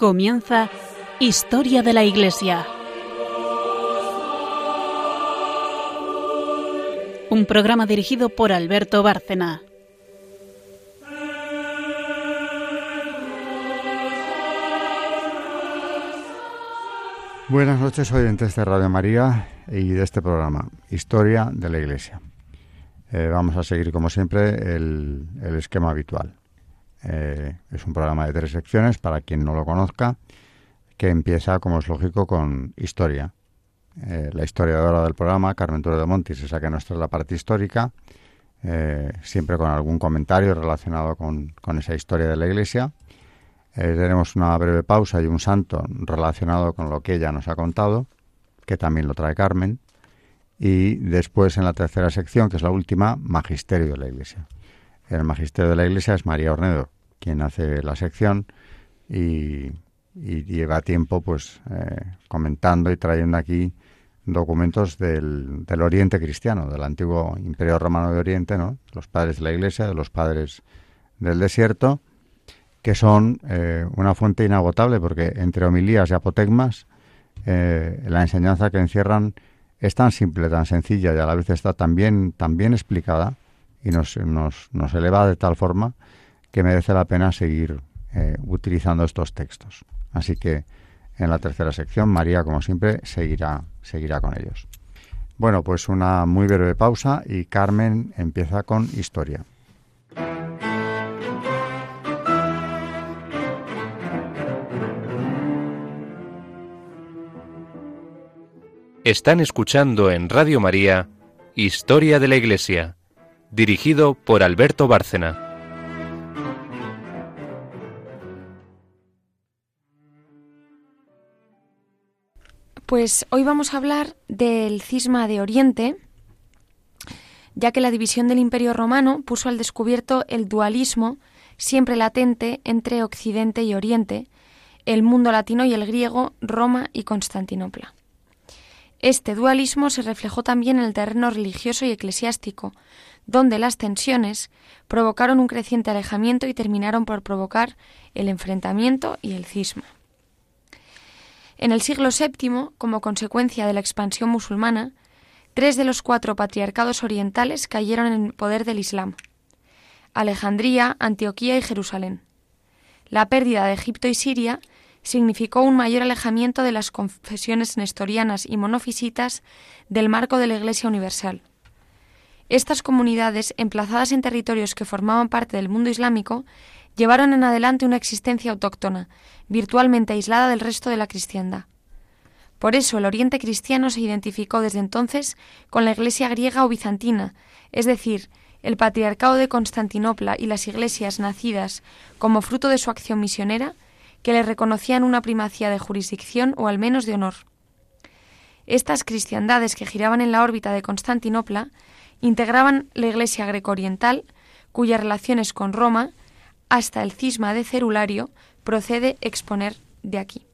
Comienza Historia de la Iglesia. Un programa dirigido por Alberto Bárcena. Buenas noches, oyentes de Radio María y de este programa, Historia de la Iglesia. Vamos a seguir, como siempre, el esquema habitual. Es un programa de 3 secciones, para quien no lo conozca, que empieza, como es lógico, con historia. La historiadora del programa, Carmen Turo de Montis, es la que nos trae la parte histórica, siempre con algún comentario relacionado con esa historia de la Iglesia. Tenemos una breve pausa y un santo relacionado con lo que ella nos ha contado, que también lo trae Carmen. Y después, en la tercera sección, que es la última, Magisterio de la Iglesia. El Magisterio de la Iglesia es María Ornedo quien hace la sección y lleva tiempo pues comentando y trayendo aquí documentos del Oriente cristiano, del antiguo Imperio Romano de Oriente, ¿no? Los padres de la Iglesia, de los padres del desierto, que son una fuente inagotable, porque entre homilías y apotegmas la enseñanza que encierran es tan simple, tan sencilla y a la vez está tan bien explicada y nos eleva de tal forma que merece la pena seguir utilizando estos textos. Así que en la tercera sección María, como siempre, seguirá con ellos. Bueno, pues una muy breve pausa y Carmen empieza con historia. Están escuchando en Radio María Historia de la Iglesia, dirigido por Alberto Bárcena. Pues hoy vamos a hablar del cisma de Oriente, ya que la división del Imperio Romano puso al descubierto el dualismo siempre latente entre Occidente y Oriente, el mundo latino y el griego, Roma y Constantinopla. Este dualismo se reflejó también en el terreno religioso y eclesiástico, donde las tensiones provocaron un creciente alejamiento y terminaron por provocar el enfrentamiento y el cisma. En el siglo VII, como consecuencia de la expansión musulmana, 3 de los 4 patriarcados orientales cayeron en el poder del Islam: Alejandría, Antioquía y Jerusalén. La pérdida de Egipto y Siria significó un mayor alejamiento de las confesiones nestorianas y monofisitas del marco de la Iglesia universal. Estas comunidades, emplazadas en territorios que formaban parte del mundo islámico, llevaron en adelante una existencia autóctona, virtualmente aislada del resto de la cristiandad. Por eso el Oriente cristiano se identificó desde entonces con la Iglesia griega o bizantina, es decir, el Patriarcado de Constantinopla y las iglesias nacidas como fruto de su acción misionera, que le reconocían una primacía de jurisdicción o al menos de honor. Estas cristiandades que giraban en la órbita de Constantinopla integraban la Iglesia greco-oriental, cuyas relaciones con Roma, hasta el cisma de Cerulario, procede exponer de aquí.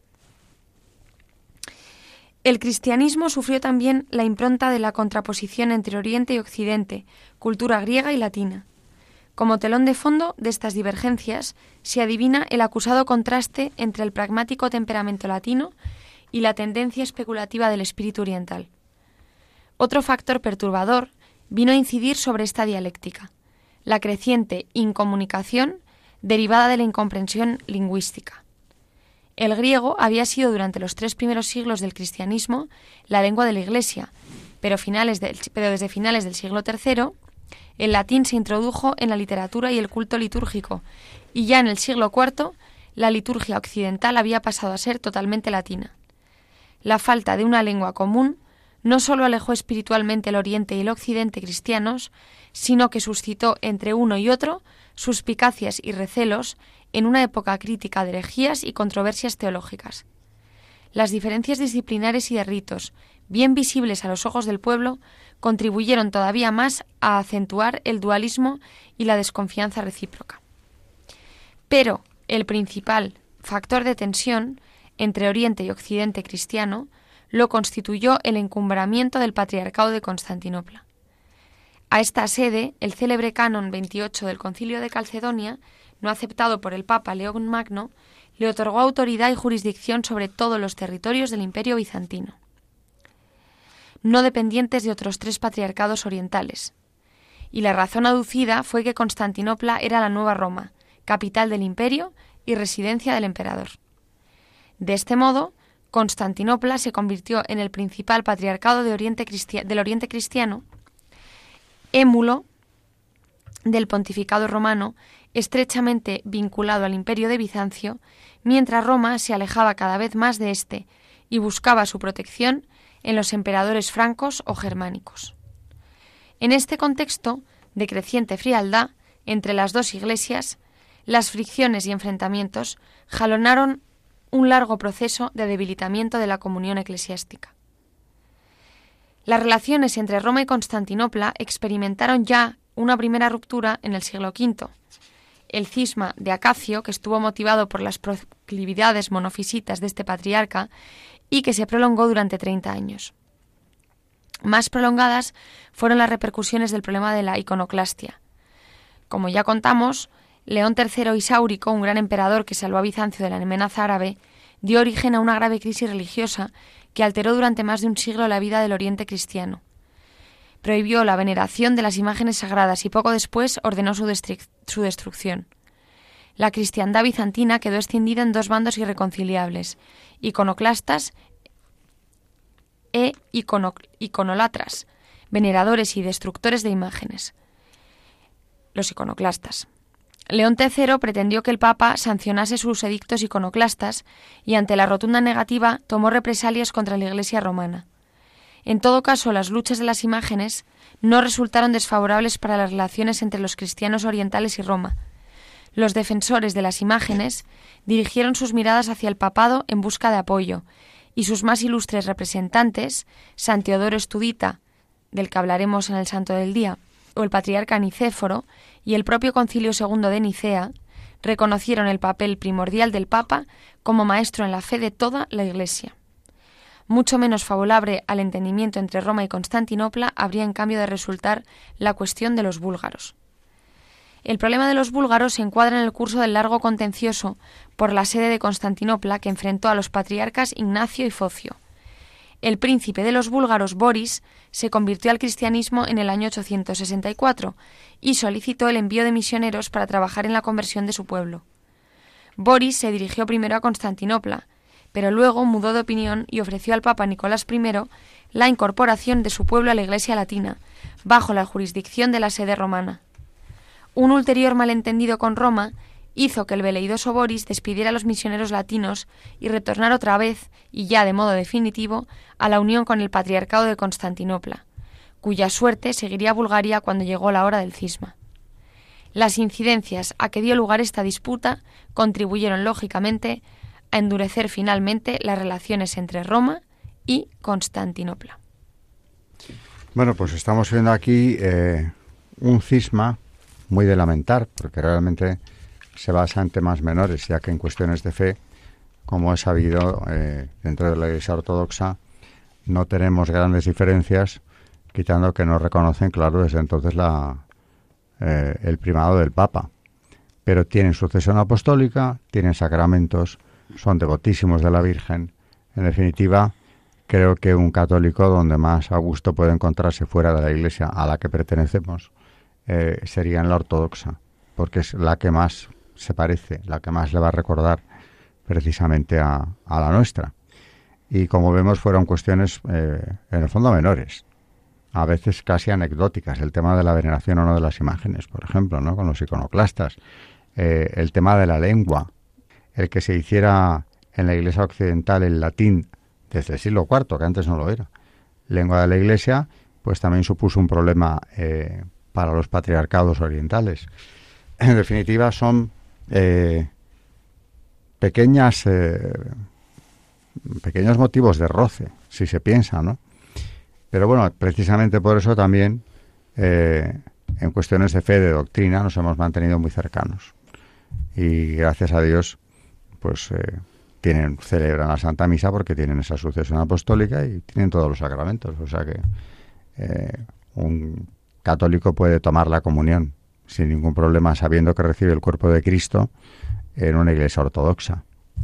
El cristianismo sufrió también la impronta de la contraposición entre Oriente y Occidente, cultura griega y latina. Como telón de fondo de estas divergencias se adivina el acusado contraste entre el pragmático temperamento latino y la tendencia especulativa del espíritu oriental. Otro factor perturbador vino a incidir sobre esta dialéctica: la creciente incomunicación derivada de la incomprensión lingüística. El griego había sido durante los 3 primeros siglos del cristianismo la lengua de la Iglesia, pero desde finales del siglo III el latín se introdujo en la literatura y el culto litúrgico, y ya en el siglo IV la liturgia occidental había pasado a ser totalmente latina. La falta de una lengua común no solo alejó espiritualmente el Oriente y el Occidente cristianos, sino que suscitó entre uno y otro suspicacias y recelos en una época crítica de herejías y controversias teológicas. Las diferencias disciplinares y de ritos, bien visibles a los ojos del pueblo, contribuyeron todavía más a acentuar el dualismo y la desconfianza recíproca. Pero el principal factor de tensión entre Oriente y Occidente cristiano lo constituyó el encumbramiento del Patriarcado de Constantinopla. A esta sede, el célebre Canon 28 del Concilio de Calcedonia, no aceptado por el Papa León Magno, le otorgó autoridad y jurisdicción sobre todos los territorios del Imperio bizantino, no dependientes de otros 3 patriarcados orientales. Y la razón aducida fue que Constantinopla era la nueva Roma, capital del imperio y residencia del emperador. De este modo, Constantinopla se convirtió en el principal patriarcado del Oriente cristiano, émulo del pontificado romano, estrechamente vinculado al imperio de Bizancio, mientras Roma se alejaba cada vez más de éste y buscaba su protección en los emperadores francos o germánicos. En este contexto de creciente frialdad entre las 2 iglesias, las fricciones y enfrentamientos jalonaron un largo proceso de debilitamiento de la comunión eclesiástica. Las relaciones entre Roma y Constantinopla experimentaron ya una primera ruptura en el siglo V. El cisma de Acacio, que estuvo motivado por las proclividades monofisitas de este patriarca y que se prolongó durante 30 años. Más prolongadas fueron las repercusiones del problema de la iconoclastia. Como ya contamos, León III Isáurico, un gran emperador que salvó a Bizancio de la amenaza árabe, dio origen a una grave crisis religiosa que alteró durante más de un siglo la vida del Oriente cristiano. Prohibió la veneración de las imágenes sagradas y poco después ordenó su destrucción. La cristiandad bizantina quedó escindida en 2 bandos irreconciliables, iconoclastas e iconolatras, veneradores y destructores de imágenes. Los iconoclastas. León III pretendió que el Papa sancionase sus edictos iconoclastas y, ante la rotunda negativa, tomó represalias contra la Iglesia romana. En todo caso, las luchas de las imágenes no resultaron desfavorables para las relaciones entre los cristianos orientales y Roma. Los defensores de las imágenes dirigieron sus miradas hacia el papado en busca de apoyo, y sus más ilustres representantes, San Teodoro Estudita, del que hablaremos en el Santo del Día, o el patriarca Nicéforo, y el propio Concilio II de Nicea, reconocieron el papel primordial del Papa como maestro en la fe de toda la Iglesia. Mucho menos favorable al entendimiento entre Roma y Constantinopla habría en cambio de resultar la cuestión de los búlgaros. El problema de los búlgaros se encuadra en el curso del largo contencioso por la sede de Constantinopla que enfrentó a los patriarcas Ignacio y Focio. El príncipe de los búlgaros, Boris, se convirtió al cristianismo en el año 864 y solicitó el envío de misioneros para trabajar en la conversión de su pueblo. Boris se dirigió primero a Constantinopla, pero luego mudó de opinión y ofreció al Papa Nicolás I la incorporación de su pueblo a la Iglesia latina, bajo la jurisdicción de la sede romana. Un ulterior malentendido con Roma hizo que el veleidoso Boris despidiera a los misioneros latinos y retornara otra vez, y ya de modo definitivo, a la unión con el Patriarcado de Constantinopla, cuya suerte seguiría Bulgaria cuando llegó la hora del cisma. Las incidencias a que dio lugar esta disputa contribuyeron, lógicamente, a endurecer finalmente las relaciones entre Roma y Constantinopla. Bueno, pues estamos viendo aquí un cisma muy de lamentar, porque realmente se basa en temas menores, ya que en cuestiones de fe, como es sabido, dentro de la Iglesia Ortodoxa no tenemos grandes diferencias, quitando que no reconocen, claro, desde entonces el primado del Papa. Pero tienen sucesión apostólica, tienen sacramentos, son devotísimos de la Virgen. En definitiva, creo que un católico donde más a gusto puede encontrarse fuera de la Iglesia a la que pertenecemos sería en la ortodoxa, porque es la que más se parece, la que más le va a recordar precisamente a la nuestra. Y como vemos, fueron cuestiones en el fondo menores, a veces casi anecdóticas, el tema de la veneración o no de las imágenes, por ejemplo, ¿no?, con los iconoclastas, el tema de la lengua, el que se hiciera en la Iglesia occidental el latín desde el siglo IV, que antes no lo era, lengua de la Iglesia, pues también supuso un problema para los patriarcados orientales. En definitiva, son pequeños motivos de roce, si se piensa, ¿no? Pero bueno, precisamente por eso también en cuestiones de fe, de doctrina, nos hemos mantenido muy cercanos. Y gracias a Dios, pues celebran la Santa Misa porque tienen esa sucesión apostólica y tienen todos los sacramentos. O sea que un católico puede tomar la comunión sin ningún problema, sabiendo que recibe el cuerpo de Cristo en una iglesia ortodoxa.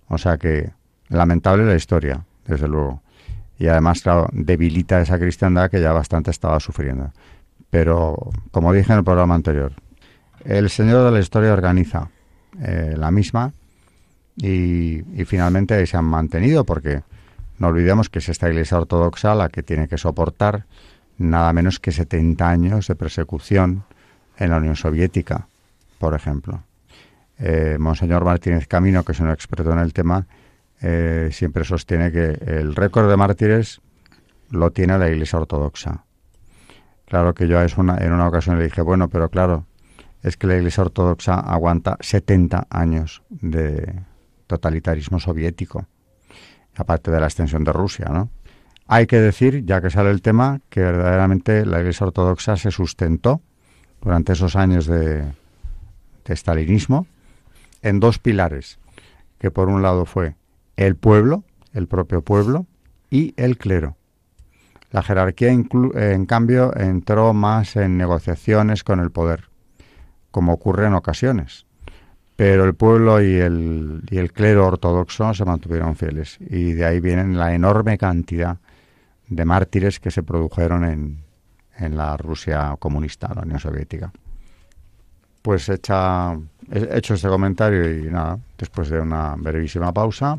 O sea que lamentable la historia, desde luego. Y además, claro, debilita esa cristiandad que ya bastante estaba sufriendo. Pero, como dije en el programa anterior, el Señor de la historia organiza la misma y finalmente ahí se han mantenido, porque no olvidemos que es esta Iglesia ortodoxa la que tiene que soportar nada menos que 70 años de persecución en la Unión Soviética, por ejemplo. Monseñor Martínez Camino, que es un experto en el tema, siempre sostiene que el récord de mártires lo tiene la Iglesia ortodoxa. Claro que yo en una ocasión le dije, bueno, pero claro, es que la Iglesia ortodoxa aguanta 70 años de totalitarismo soviético, aparte de la extensión de Rusia, ¿no? Hay que decir, ya que sale el tema, que verdaderamente la Iglesia ortodoxa se sustentó durante esos años de estalinismo en dos pilares, que por un lado fue el pueblo, el propio pueblo, y el clero. La jerarquía, en cambio, entró más en negociaciones con el poder, como ocurre en ocasiones. Pero el pueblo y el clero ortodoxo se mantuvieron fieles. Y de ahí vienen la enorme cantidad de mártires que se produjeron en la Rusia comunista, la Unión Soviética. Pues he hecho este comentario y nada, después de una brevísima pausa,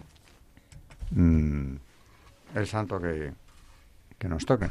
el santo que nos toque.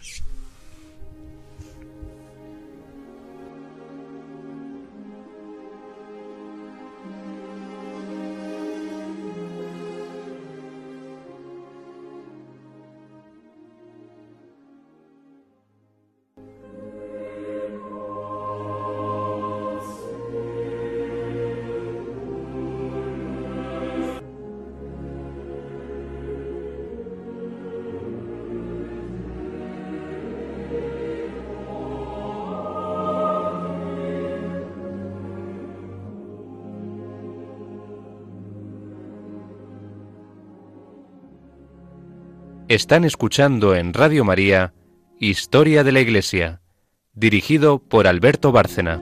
Están escuchando en Radio María Historia de la Iglesia, dirigido por Alberto Bárcena.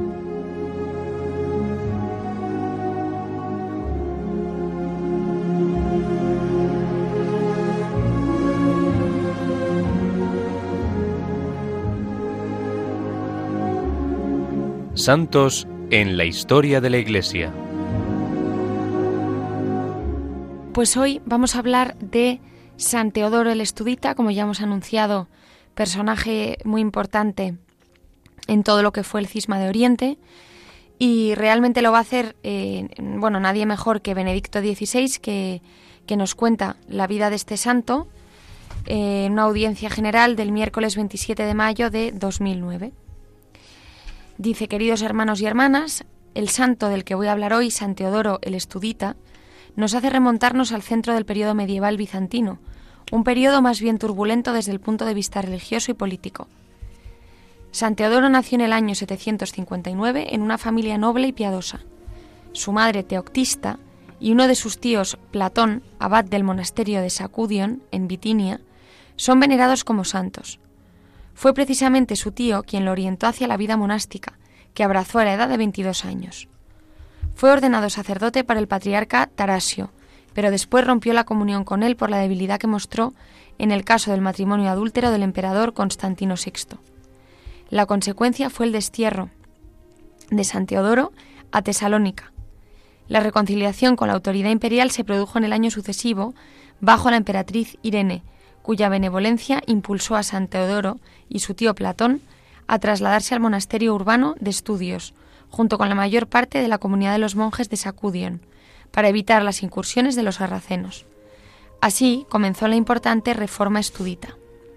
Santos en la historia de la Iglesia. Pues hoy vamos a hablar de San Teodoro el Estudita, como ya hemos anunciado, personaje muy importante en todo lo que fue el cisma de Oriente, y realmente lo va a hacer, nadie mejor que Benedicto XVI, que nos cuenta la vida de este santo en una audiencia general del miércoles 27 de mayo de 2009. Dice: queridos hermanos y hermanas, el santo del que voy a hablar hoy, San Teodoro el Estudita, nos hace remontarnos al centro del periodo medieval bizantino, un periodo más bien turbulento desde el punto de vista religioso y político. San Teodoro nació en el año 759 en una familia noble y piadosa. Su madre, Teoctista, y uno de sus tíos, Platón, abad del monasterio de Sacudion, en Bitinia, son venerados como santos. Fue precisamente su tío quien lo orientó hacia la vida monástica, que abrazó a la edad de 22 años. Fue ordenado sacerdote para el patriarca Tarasio, pero después rompió la comunión con él por la debilidad que mostró en el caso del matrimonio adúltero del emperador Constantino VI. La consecuencia fue el destierro de San Teodoro a Tesalónica. La reconciliación con la autoridad imperial se produjo en el año sucesivo bajo la emperatriz Irene, cuya benevolencia impulsó a San Teodoro y su tío Platón a trasladarse al monasterio urbano de Estudios, junto con la mayor parte de la comunidad de los monjes de Sacudion, para evitar las incursiones de los sarracenos. Así comenzó la importante reforma estudita.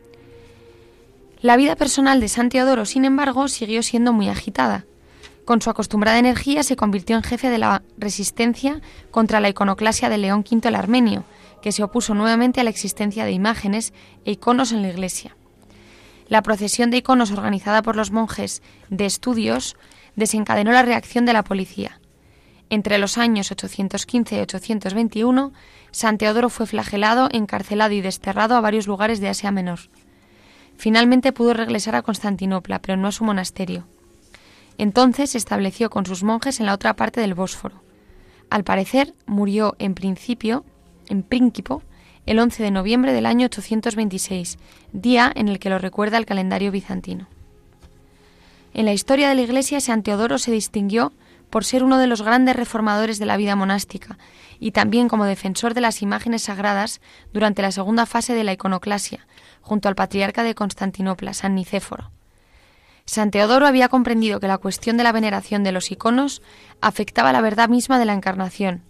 La vida personal de San Teodoro, sin embargo, siguió siendo muy agitada. Con su acostumbrada energía se convirtió en jefe de la resistencia contra la iconoclasia de León V el Armenio, que se opuso nuevamente a la existencia de imágenes e iconos en la iglesia. La procesión de iconos organizada por los monjes de Estudios desencadenó la reacción de la policía. Entre los años 815 y 821, San Teodoro fue flagelado, encarcelado y desterrado a varios lugares de Asia Menor. Finalmente pudo regresar a Constantinopla, pero no a su monasterio. Entonces se estableció con sus monjes en la otra parte del Bósforo. Al parecer, murió en Príncipe, el 11 de noviembre del año 826, día en el que lo recuerda el calendario bizantino. En la historia de la Iglesia, San Teodoro se distinguió por ser uno de los grandes reformadores de la vida monástica y también como defensor de las imágenes sagradas durante la segunda fase de la iconoclasia, junto al patriarca de Constantinopla, San Nicéforo. San Teodoro había comprendido que la cuestión de la veneración de los iconos afectaba la verdad misma de la Encarnación.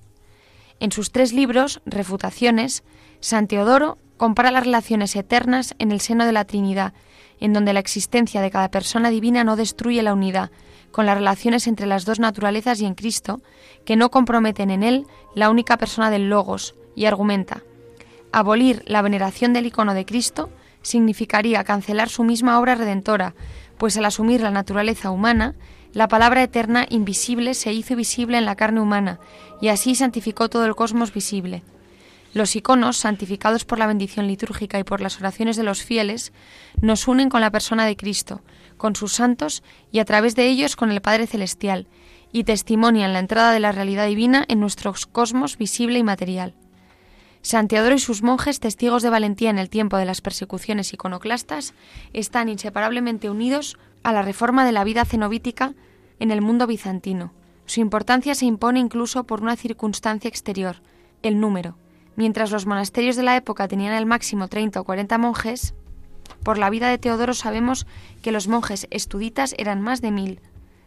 En sus 3 libros, Refutaciones, San Teodoro compara las relaciones eternas en el seno de la Trinidad, en donde la existencia de cada persona divina no destruye la unidad, con las relaciones entre las dos naturalezas y en Cristo, que no comprometen en él la única persona del Logos, y argumenta: abolir la veneración del icono de Cristo significaría cancelar su misma obra redentora, pues al asumir la naturaleza humana, la palabra eterna invisible se hizo visible en la carne humana, y así santificó todo el cosmos visible. Los iconos, santificados por la bendición litúrgica y por las oraciones de los fieles, nos unen con la persona de Cristo, con sus santos y a través de ellos con el Padre Celestial, y testimonian la entrada de la realidad divina en nuestro cosmos visible y material. San Teodoro y sus monjes, testigos de valentía en el tiempo de las persecuciones iconoclastas, están inseparablemente unidos a la reforma de la vida cenobítica en el mundo bizantino. Su importancia se impone incluso por una circunstancia exterior, el número. Mientras los monasterios de la época tenían al máximo 30 o 40 monjes, por la vida de Teodoro sabemos que los monjes estuditas eran más de 1000.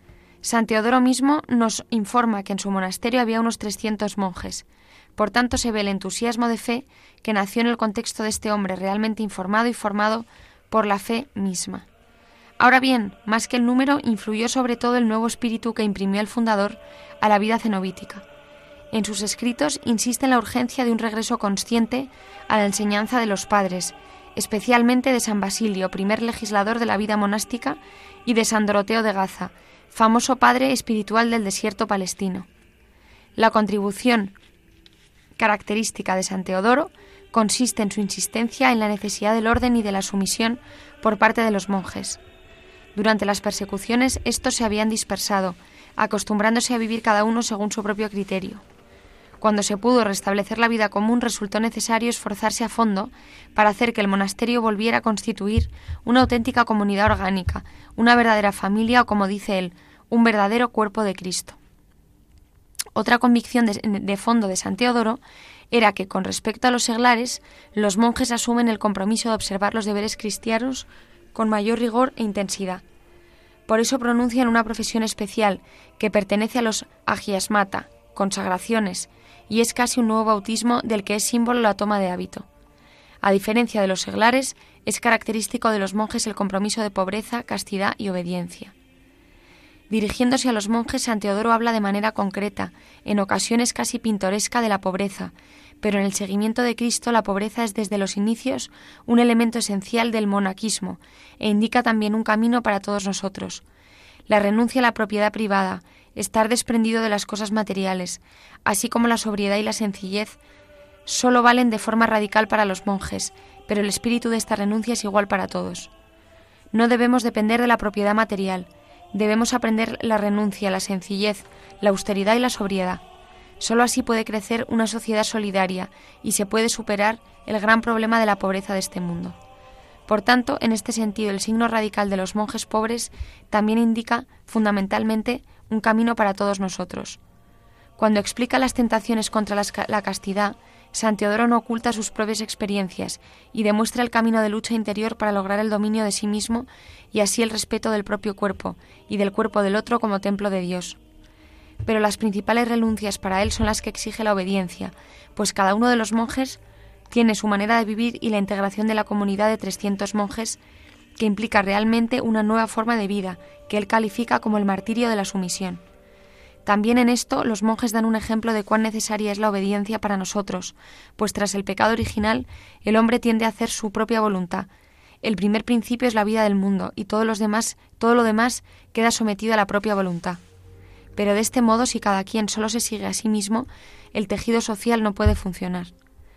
San Teodoro mismo nos informa que en su monasterio había unos 300 monjes. Por tanto, se ve el entusiasmo de fe que nació en el contexto de este hombre realmente informado y formado por la fe misma. Ahora bien, más que el número, influyó sobre todo el nuevo espíritu que imprimió el fundador a la vida cenobítica. En sus escritos insiste en la urgencia de un regreso consciente a la enseñanza de los padres, especialmente de San Basilio, primer legislador de la vida monástica, y de San Doroteo de Gaza, famoso padre espiritual del desierto palestino. La contribución característica de San Teodoro consiste en su insistencia en la necesidad del orden y de la sumisión por parte de los monjes. Durante las persecuciones, estos se habían dispersado, acostumbrándose a vivir cada uno según su propio criterio. Cuando se pudo restablecer la vida común, resultó necesario esforzarse a fondo para hacer que el monasterio volviera a constituir una auténtica comunidad orgánica, una verdadera familia o, como dice él, un verdadero cuerpo de Cristo. Otra convicción de fondo de San Teodoro era que, con respecto a los seglares, los monjes asumen el compromiso de observar los deberes cristianos con mayor rigor e intensidad. Por eso pronuncian una profesión especial que pertenece a los agiasmata, consagraciones, y es casi un nuevo bautismo del que es símbolo la toma de hábito. A diferencia de los seglares, es característico de los monjes el compromiso de pobreza, castidad y obediencia. Dirigiéndose a los monjes, San Teodoro habla de manera concreta, en ocasiones casi pintoresca, de la pobreza, pero en el seguimiento de Cristo la pobreza es desde los inicios un elemento esencial del monaquismo e indica también un camino para todos nosotros. La renuncia a la propiedad privada, estar desprendido de las cosas materiales, así como la sobriedad y la sencillez, solo valen de forma radical para los monjes, pero el espíritu de esta renuncia es igual para todos. No debemos depender de la propiedad material, debemos aprender la renuncia, la sencillez, la austeridad y la sobriedad. Solo así puede crecer una sociedad solidaria y se puede superar el gran problema de la pobreza de este mundo. Por tanto, en este sentido, el signo radical de los monjes pobres también indica fundamentalmente un camino para todos nosotros. Cuando explica las tentaciones contra la castidad, San Teodoro no oculta sus propias experiencias y demuestra el camino de lucha interior para lograr el dominio de sí mismo y así el respeto del propio cuerpo y del cuerpo del otro como templo de Dios. Pero las principales renuncias para él son las que exige la obediencia, pues cada uno de los monjes tiene su manera de vivir y la integración de la comunidad de 300 monjes que implica realmente una nueva forma de vida que él califica como el martirio de la sumisión. También en esto los monjes dan un ejemplo de cuán necesaria es la obediencia para nosotros, pues tras el pecado original el hombre tiende a hacer su propia voluntad. El primer principio es la vida del mundo y todo lo demás queda sometido a la propia voluntad. Pero de este modo, si cada quien solo se sigue a sí mismo, el tejido social no puede funcionar.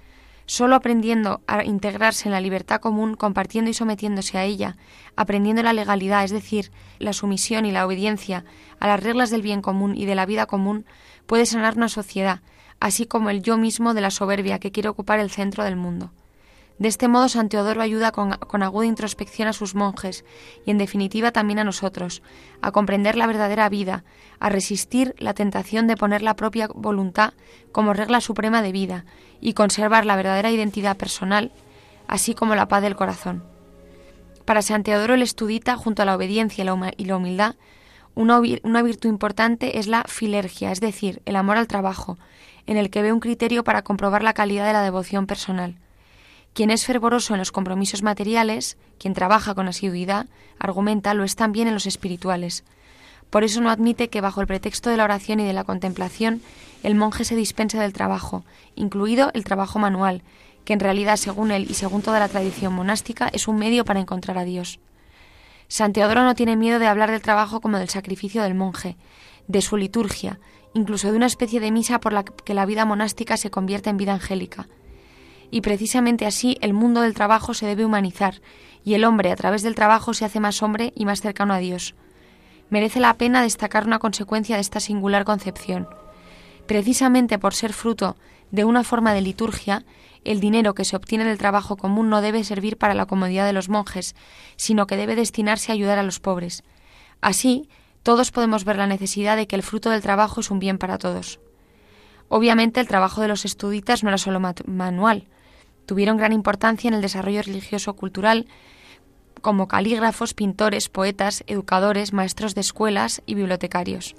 Solo aprendiendo a integrarse en la libertad común, compartiendo y sometiéndose a ella, aprendiendo la legalidad, es decir, la sumisión y la obediencia a las reglas del bien común y de la vida común, puede sanar una sociedad, así como el yo mismo de la soberbia que quiere ocupar el centro del mundo. De este modo, San Teodoro ayuda con aguda introspección a sus monjes y, en definitiva, también a nosotros, a comprender la verdadera vida, a resistir la tentación de poner la propia voluntad como regla suprema de vida y conservar la verdadera identidad personal, así como la paz del corazón. Para San Teodoro el Estudita, junto a la obediencia y la humildad, una virtud importante es la filergia, es decir, el amor al trabajo, en el que ve un criterio para comprobar la calidad de la devoción personal. Quien es fervoroso en los compromisos materiales, quien trabaja con asiduidad, argumenta, lo es también en los espirituales. Por eso no admite que bajo el pretexto de la oración y de la contemplación el monje se dispense del trabajo, incluido el trabajo manual, que en realidad, según él y según toda la tradición monástica, es un medio para encontrar a Dios. San Teodoro no tiene miedo de hablar del trabajo como del sacrificio del monje, de su liturgia, incluso de una especie de misa por la que la vida monástica se convierte en vida angélica. Y precisamente así el mundo del trabajo se debe humanizar, y el hombre a través del trabajo se hace más hombre y más cercano a Dios. Merece la pena destacar una consecuencia de esta singular concepción. Precisamente por ser fruto de una forma de liturgia, el dinero que se obtiene del trabajo común no debe servir para la comodidad de los monjes, sino que debe destinarse a ayudar a los pobres. Así, todos podemos ver la necesidad de que el fruto del trabajo es un bien para todos. Obviamente, el trabajo de los estuditas no era solo manual. Tuvieron gran importancia en el desarrollo religioso-cultural como calígrafos, pintores, poetas, educadores, maestros de escuelas y bibliotecarios.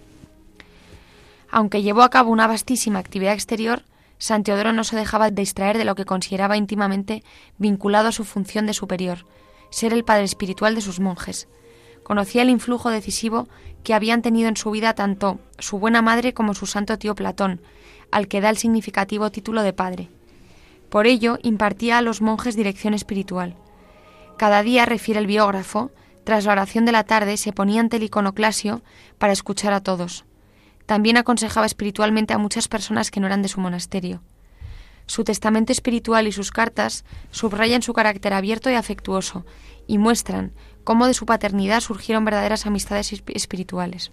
Aunque llevó a cabo una vastísima actividad exterior, San Teodoro no se dejaba distraer de lo que consideraba íntimamente vinculado a su función de superior, ser el padre espiritual de sus monjes. Conocía el influjo decisivo que habían tenido en su vida tanto su buena madre como su santo tío Platón, al que da el significativo título de padre. Por ello, impartía a los monjes dirección espiritual. Cada día, refiere el biógrafo, tras la oración de la tarde se ponía ante el iconoclasio para escuchar a todos. También aconsejaba espiritualmente a muchas personas que no eran de su monasterio. Su testamento espiritual y sus cartas subrayan su carácter abierto y afectuoso y muestran cómo de su paternidad surgieron verdaderas amistades espirituales.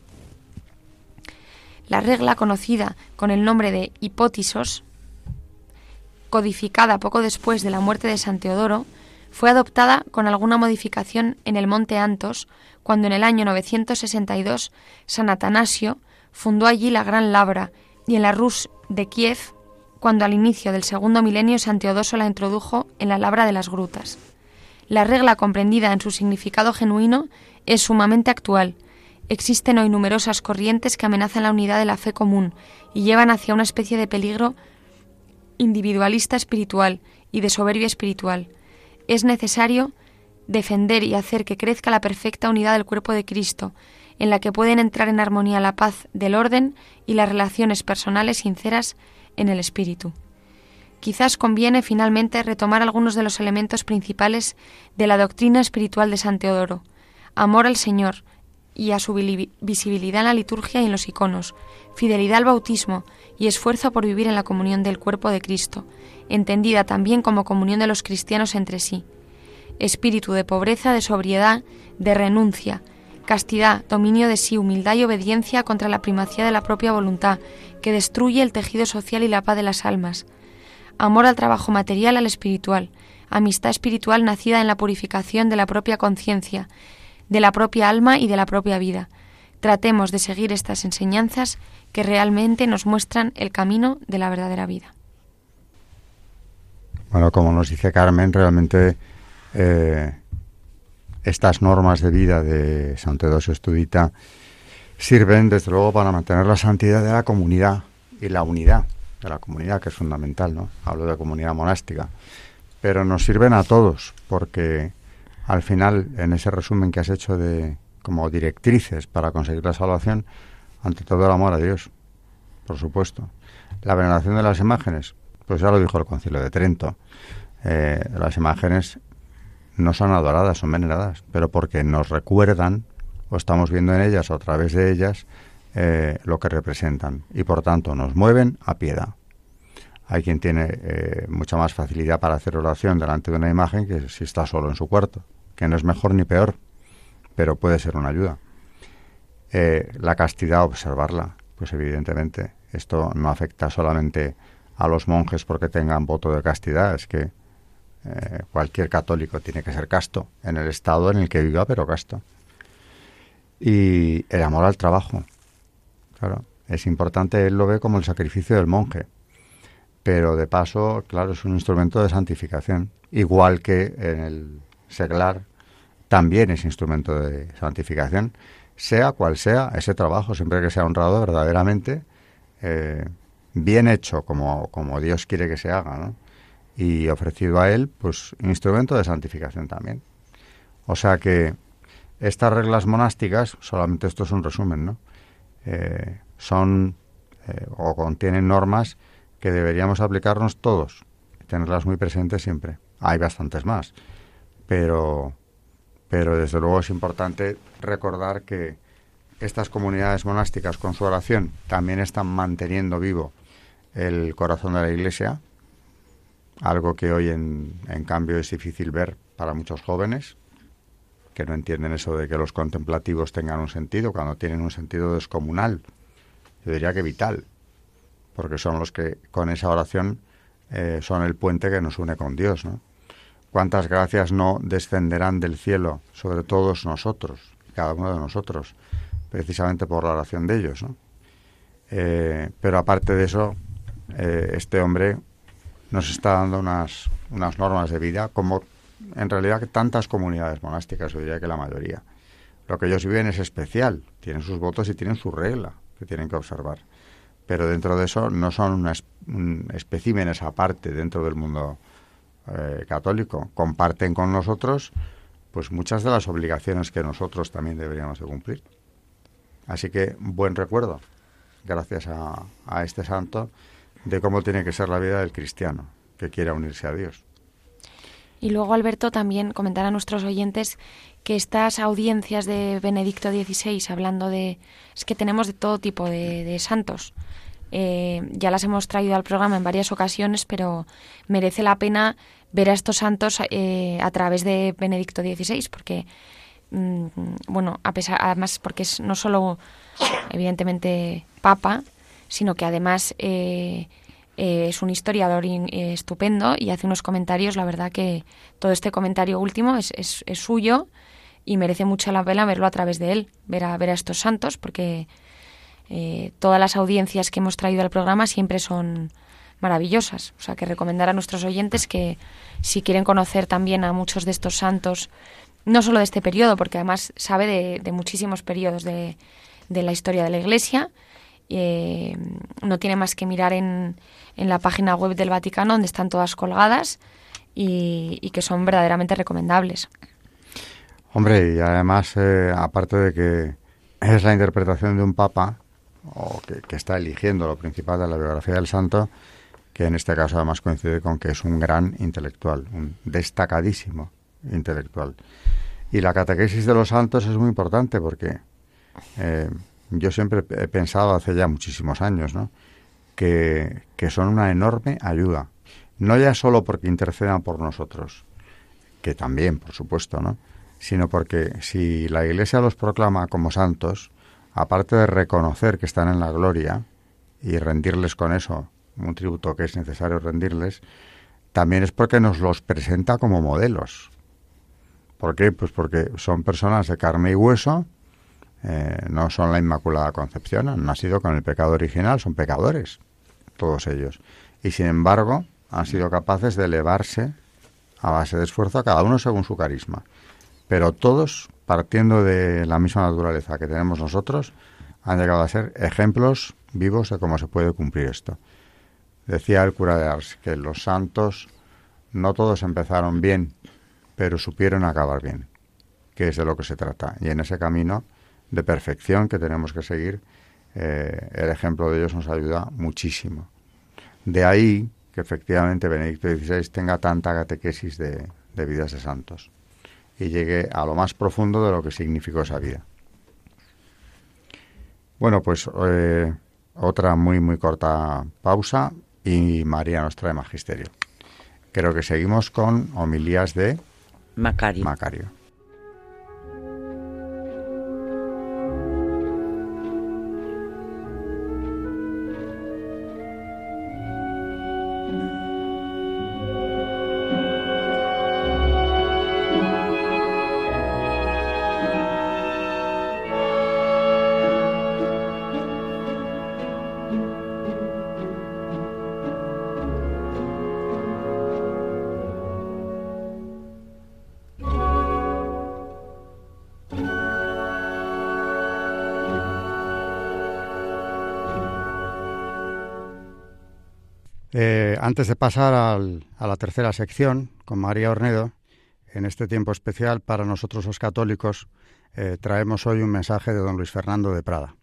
La regla, conocida con el nombre de hipótisos, codificada poco después de la muerte de San Teodoro, fue adoptada con alguna modificación en el monte Antos, cuando en el año 962 San Atanasio fundó allí la Gran Labra, y en la Rus de Kiev, cuando al inicio del segundo milenio San Teodosio la introdujo en la Labra de las Grutas. La regla, comprendida en su significado genuino, es sumamente actual. Existen hoy numerosas corrientes que amenazan la unidad de la fe común y llevan hacia una especie de peligro individualista espiritual y de soberbia espiritual. Es necesario defender y hacer que crezca la perfecta unidad del cuerpo de Cristo, en la que pueden entrar en armonía la paz del orden y las relaciones personales sinceras en el espíritu. Quizás conviene finalmente retomar algunos de los elementos principales de la doctrina espiritual de San Teodoro: amor al Señor y a su visibilidad en la liturgia y en los iconos, fidelidad al bautismo y esfuerzo por vivir en la comunión del cuerpo de Cristo, entendida también como comunión de los cristianos entre sí. Espíritu de pobreza, de sobriedad, de renuncia, castidad, dominio de sí, humildad y obediencia contra la primacía de la propia voluntad, que destruye el tejido social y la paz de las almas. Amor al trabajo material, al espiritual, amistad espiritual nacida en la purificación de la propia conciencia, de la propia alma y de la propia vida. Tratemos de seguir estas enseñanzas que realmente nos muestran el camino de la verdadera vida. Bueno, como nos dice Carmen, realmente estas normas de vida de San Teodosio Estudita sirven, desde luego, para mantener la santidad de la comunidad y la unidad de la comunidad, que es fundamental, ¿no? Hablo de comunidad monástica. Pero nos sirven a todos, porque al final, en ese resumen que has hecho de como directrices para conseguir la salvación, ante todo el amor a Dios, por supuesto. La veneración de las imágenes, pues ya lo dijo el Concilio de Trento. Las imágenes no son adoradas, son veneradas, pero porque nos recuerdan, o estamos viendo en ellas o a través de ellas, lo que representan, y por tanto nos mueven a piedad. Hay quien tiene mucha más facilidad para hacer oración delante de una imagen que si está solo en su cuarto, que no es mejor ni peor, pero puede ser una ayuda. La castidad, observarla, pues evidentemente esto no afecta solamente a los monjes porque tengan voto de castidad, es que cualquier católico tiene que ser casto en el estado en el que viva, pero casto. Y el amor al trabajo, claro, es importante, él lo ve como el sacrificio del monje, pero de paso, claro, es un instrumento de santificación, igual que en el seglar también es instrumento de santificación, sea cual sea ese trabajo, siempre que sea honrado verdaderamente, bien hecho como Dios quiere que se haga, ¿no? Y ofrecido a él, pues instrumento de santificación también. O sea que estas reglas monásticas, solamente esto es un resumen, ¿no? Son o contienen normas que deberíamos aplicarnos todos, tenerlas muy presentes siempre. Hay bastantes más, pero desde luego es importante recordar que estas comunidades monásticas con su oración también están manteniendo vivo el corazón de la Iglesia, algo que hoy en cambio es difícil ver para muchos jóvenes, que no entienden eso de que los contemplativos tengan un sentido, cuando tienen un sentido descomunal, yo diría que vital, porque son los que con esa oración son el puente que nos une con Dios, ¿no? ¿Cuántas gracias no descenderán del cielo sobre todos nosotros, cada uno de nosotros, precisamente por la oración de ellos, ¿no? Pero aparte de eso, este hombre nos está dando unas normas de vida, como en realidad que tantas comunidades monásticas, yo diría que la mayoría. Lo que ellos viven es especial, tienen sus votos y tienen su regla que tienen que observar. Pero dentro de eso no son especímenes aparte dentro del mundo católico. Comparten con nosotros pues muchas de las obligaciones que nosotros también deberíamos de cumplir. Así que buen recuerdo, gracias a este santo, de cómo tiene que ser la vida del cristiano que quiera unirse a Dios. Y luego, Alberto, también comentar a nuestros oyentes que estas audiencias de Benedicto XVI, hablando de... es que tenemos de todo tipo de santos. Ya las hemos traído al programa en varias ocasiones, pero merece la pena ver a estos santos a través de Benedicto XVI, porque, bueno, además porque es no solo, evidentemente, papa, sino que además es un historiador estupendo y hace unos comentarios. La verdad que todo este comentario último es suyo y merece mucho la pena verlo a través de él, ver a estos santos, porque todas las audiencias que hemos traído al programa siempre son maravillosas. O sea, que recomendar a nuestros oyentes que si quieren conocer también a muchos de estos santos, no solo de este periodo, porque además sabe de muchísimos periodos de la historia de la Iglesia, no tiene más que mirar en la página web del Vaticano, donde están todas colgadas y que son verdaderamente recomendables. Hombre, y además, aparte de que es la interpretación de un papa, o que está eligiendo lo principal de la biografía del santo, que en este caso además coincide con que es un gran intelectual, un destacadísimo intelectual. Y la catequesis de los santos es muy importante porque yo siempre he pensado hace ya muchísimos años, ¿no?, que son una enorme ayuda. No ya solo porque intercedan por nosotros, que también, por supuesto, ¿no?, sino porque si la Iglesia los proclama como santos, aparte de reconocer que están en la gloria y rendirles con eso un tributo que es necesario rendirles, también es porque nos los presenta como modelos. ¿Por qué? Pues porque son personas de carne y hueso, no son la Inmaculada Concepción, han nacido con el pecado original, son pecadores, todos ellos. Y sin embargo, han sido capaces de elevarse a base de esfuerzo, a cada uno según su carisma. Pero todos, partiendo de la misma naturaleza que tenemos nosotros, han llegado a ser ejemplos vivos de cómo se puede cumplir esto. Decía el cura de Ars que los santos no todos empezaron bien, pero supieron acabar bien, que es de lo que se trata. Y en ese camino de perfección que tenemos que seguir, el ejemplo de ellos nos ayuda muchísimo. De ahí que efectivamente Benedicto XVI tenga tanta catequesis de vidas de santos y llegue a lo más profundo de lo que significó esa vida. Bueno, pues otra muy muy corta pausa y María nos trae magisterio. Creo que seguimos con homilías de Macario. Antes de pasar a la tercera sección con María Ornedo, en este tiempo especial para nosotros los católicos, traemos hoy un mensaje de don Luis Fernando de Prada.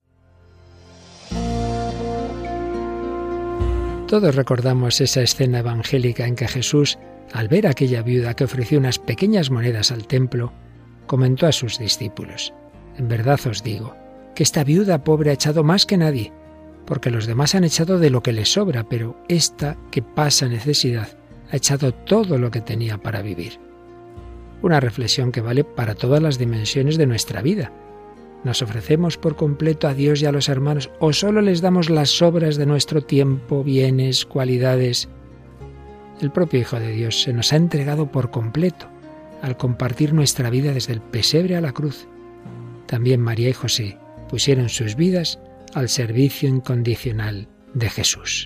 Todos recordamos esa escena evangélica en que Jesús, al ver a aquella viuda que ofreció unas pequeñas monedas al templo, comentó a sus discípulos: en verdad os digo, que esta viuda pobre ha echado más que nadie, porque los demás han echado de lo que les sobra, pero esta que pasa necesidad ha echado todo lo que tenía para vivir. Una reflexión que vale para todas las dimensiones de nuestra vida. ¿Nos ofrecemos por completo a Dios y a los hermanos o solo les damos las sobras de nuestro tiempo, bienes, cualidades? El propio Hijo de Dios se nos ha entregado por completo al compartir nuestra vida desde el pesebre a la cruz. También María y José pusieron sus vidas al servicio incondicional de Jesús.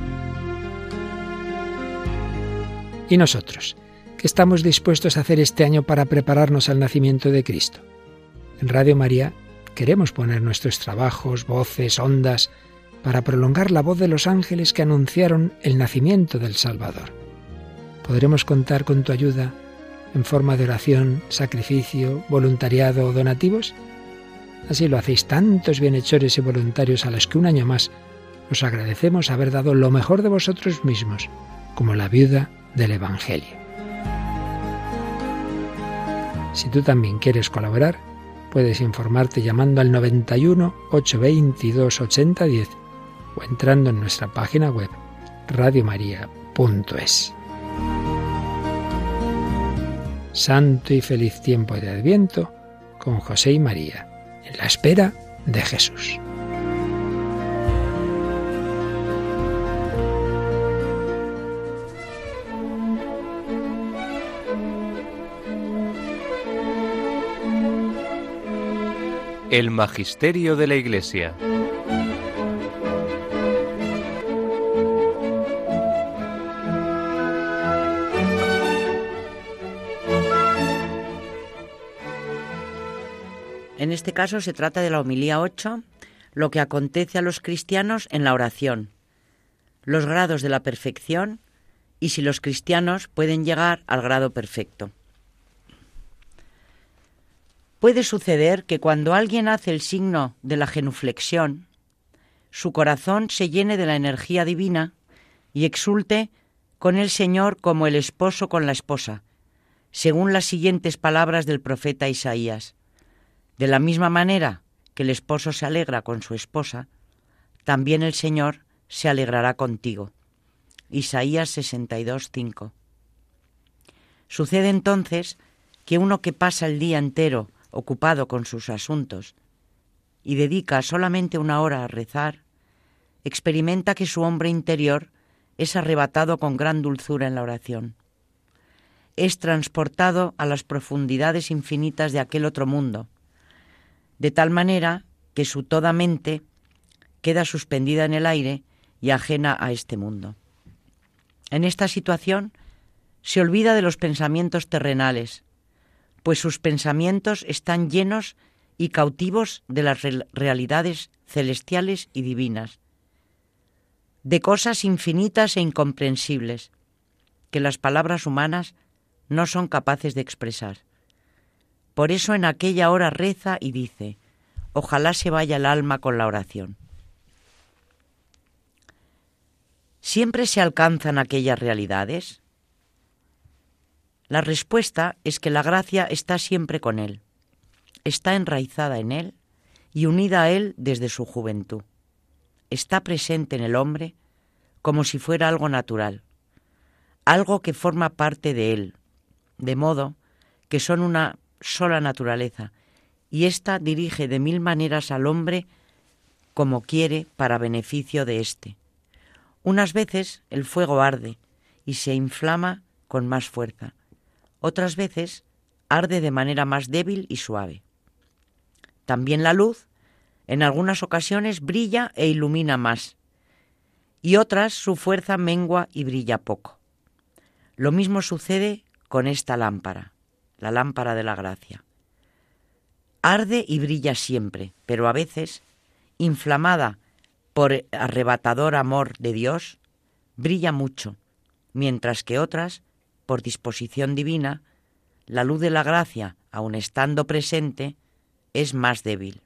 ¿Y nosotros? ¿Qué estamos dispuestos a hacer este año para prepararnos al nacimiento de Cristo? En Radio María queremos poner nuestros trabajos, voces, ondas, para prolongar la voz de los ángeles que anunciaron el nacimiento del Salvador. ¿Podremos contar con tu ayuda en forma de oración, sacrificio, voluntariado o donativos? Así lo hacéis tantos bienhechores y voluntarios a los que un año más os agradecemos haber dado lo mejor de vosotros mismos, como la viuda del Evangelio. Si tú también quieres colaborar, puedes informarte llamando al 91 822 8010 o entrando en nuestra página web radiomaria.es. Santo y feliz tiempo de Adviento con José y María, en la espera de Jesús. El Magisterio de la Iglesia. En este caso se trata de la homilía 8, lo que acontece a los cristianos en la oración, los grados de la perfección y si los cristianos pueden llegar al grado perfecto. Puede suceder que cuando alguien hace el signo de la genuflexión, su corazón se llene de la energía divina y exulte con el Señor como el esposo con la esposa, según las siguientes palabras del profeta Isaías. De la misma manera que el esposo se alegra con su esposa, también el Señor se alegrará contigo. Isaías 62:5. Sucede entonces que uno que pasa el día entero ocupado con sus asuntos y dedica solamente una hora a rezar, experimenta que su hombre interior es arrebatado con gran dulzura en la oración. Es transportado a las profundidades infinitas de aquel otro mundo, de tal manera que su toda mente queda suspendida en el aire y ajena a este mundo. En esta situación se olvida de los pensamientos terrenales, pues sus pensamientos están llenos y cautivos de las realidades celestiales y divinas, de cosas infinitas e incomprensibles que las palabras humanas no son capaces de expresar. Por eso en aquella hora reza y dice: ojalá se vaya el alma con la oración. ¿Siempre se alcanzan aquellas realidades? La respuesta es que la gracia está siempre con él, está enraizada en él y unida a él desde su juventud. Está presente en el hombre como si fuera algo natural, algo que forma parte de él, de modo que son una sola naturaleza, y ésta dirige de mil maneras al hombre como quiere para beneficio de éste. Unas veces el fuego arde y se inflama con más fuerza, otras veces arde de manera más débil y suave. También la luz, en algunas ocasiones, brilla e ilumina más, y otras su fuerza mengua y brilla poco. Lo mismo sucede con esta lámpara, la lámpara de la gracia. Arde y brilla siempre, pero a veces, inflamada por arrebatador amor de Dios, brilla mucho, mientras que otras, por disposición divina, la luz de la gracia, aun estando presente, es más débil.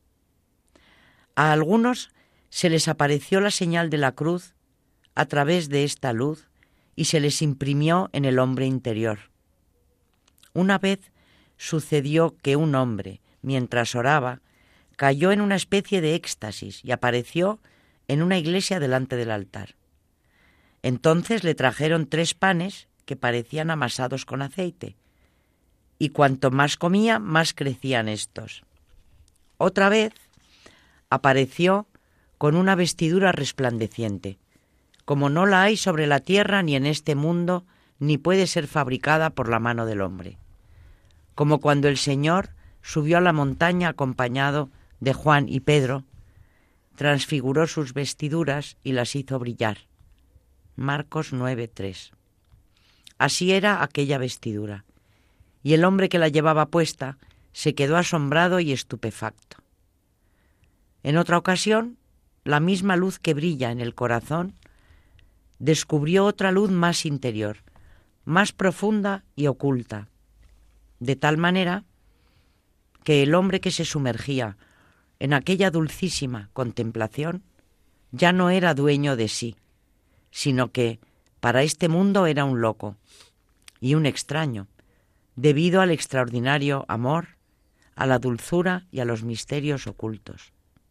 A algunos se les apareció la señal de la cruz a través de esta luz y se les imprimió en el hombre interior. Una vez sucedió que un hombre, mientras oraba, cayó en una especie de éxtasis y apareció en una iglesia delante del altar. Entonces le trajeron 3 panes que parecían amasados con aceite, y cuanto más comía, más crecían estos. Otra vez apareció con una vestidura resplandeciente, como no la hay sobre la tierra ni en este mundo, ni puede ser fabricada por la mano del hombre. Como cuando el Señor subió a la montaña acompañado de Juan y Pedro, transfiguró sus vestiduras y las hizo brillar. Marcos 9:3. Así era aquella vestidura, y el hombre que la llevaba puesta se quedó asombrado y estupefacto. En otra ocasión, la misma luz que brilla en el corazón descubrió otra luz más interior, más profunda y oculta, de tal manera que el hombre que se sumergía en aquella dulcísima contemplación ya no era dueño de sí, sino que para este mundo era un loco y un extraño, debido al extraordinario amor, a la dulzura y a los misterios ocultos.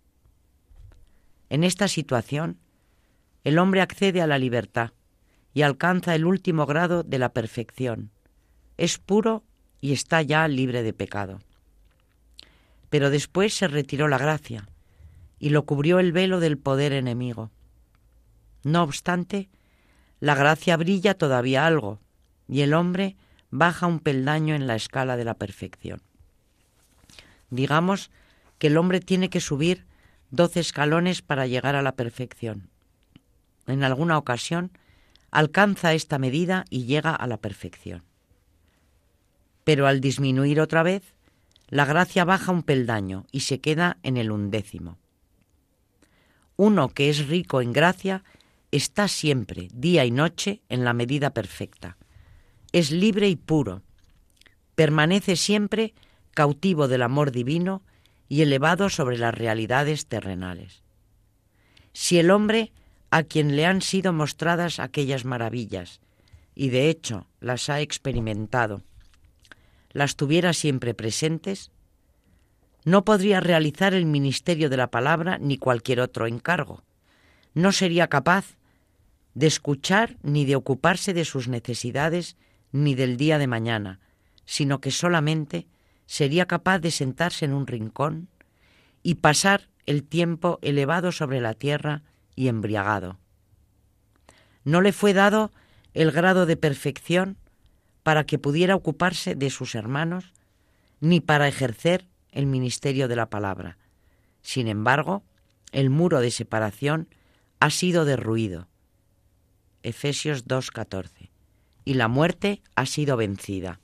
En esta situación, el hombre accede a la libertad y alcanza el último grado de la perfección. Es puro y está ya libre de pecado. Pero después se retiró la gracia y lo cubrió el velo del poder enemigo. No obstante, la gracia brilla todavía algo y el hombre baja un peldaño en la escala de la perfección. Digamos que el hombre tiene que subir 12 escalones para llegar a la perfección. En alguna ocasión alcanza esta medida y llega a la perfección. Pero al disminuir otra vez, la gracia baja un peldaño y se queda en el 11º. Uno que es rico en gracia está siempre, día y noche, en la medida perfecta. Es libre y puro. Permanece siempre cautivo del amor divino y elevado sobre las realidades terrenales. Si el hombre a quien le han sido mostradas aquellas maravillas, y de hecho las ha experimentado, las tuviera siempre presentes, no podría realizar el ministerio de la palabra ni cualquier otro encargo. No sería capaz de escuchar ni de ocuparse de sus necesidades ni del día de mañana, sino que solamente sería capaz de sentarse en un rincón y pasar el tiempo elevado sobre la tierra y embriagado. No le fue dado el grado de perfección para que pudiera ocuparse de sus hermanos, ni para ejercer el ministerio de la palabra. Sin embargo, el muro de separación ha sido derruido. Efesios 2:14. Y la muerte ha sido vencida.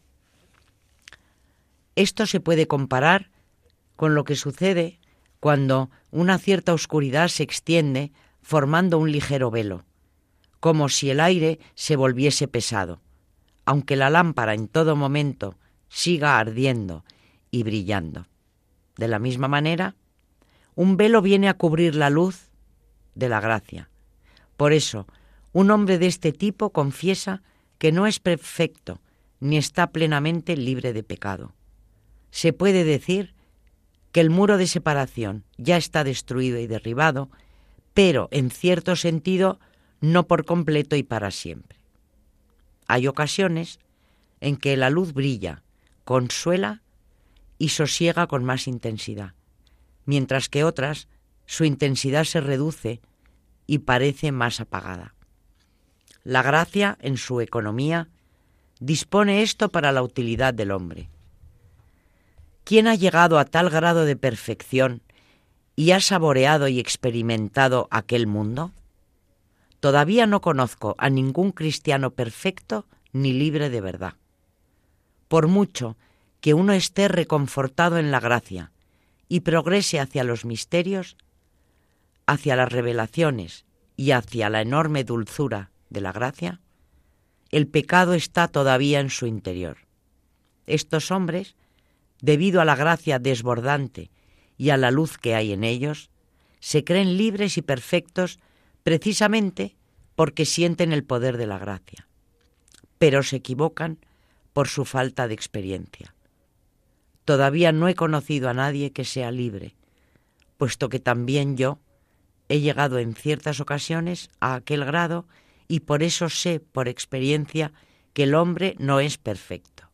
Esto se puede comparar con lo que sucede cuando una cierta oscuridad se extiende formando un ligero velo, como si el aire se volviese pesado, aunque la lámpara en todo momento siga ardiendo y brillando. De la misma manera, un velo viene a cubrir la luz de la gracia. Por eso, un hombre de este tipo confiesa que no es perfecto ni está plenamente libre de pecado. Se puede decir que el muro de separación ya está destruido y derribado, pero en cierto sentido no por completo y para siempre. Hay ocasiones en que la luz brilla, consuela y sosiega con más intensidad, mientras que otras su intensidad se reduce y parece más apagada. La gracia, en su economía, dispone esto para la utilidad del hombre. ¿Quién ha llegado a tal grado de perfección y ha saboreado y experimentado aquel mundo? Todavía no conozco a ningún cristiano perfecto ni libre de verdad. Por mucho que uno esté reconfortado en la gracia y progrese hacia los misterios, hacia las revelaciones y hacia la enorme dulzura de la gracia, el pecado está todavía en su interior. Estos hombres, debido a la gracia desbordante y a la luz que hay en ellos, se creen libres y perfectos precisamente porque sienten el poder de la gracia, pero se equivocan por su falta de experiencia. Todavía no he conocido a nadie que sea libre, puesto que también yo he llegado en ciertas ocasiones a aquel grado y por eso sé por experiencia que el hombre no es perfecto.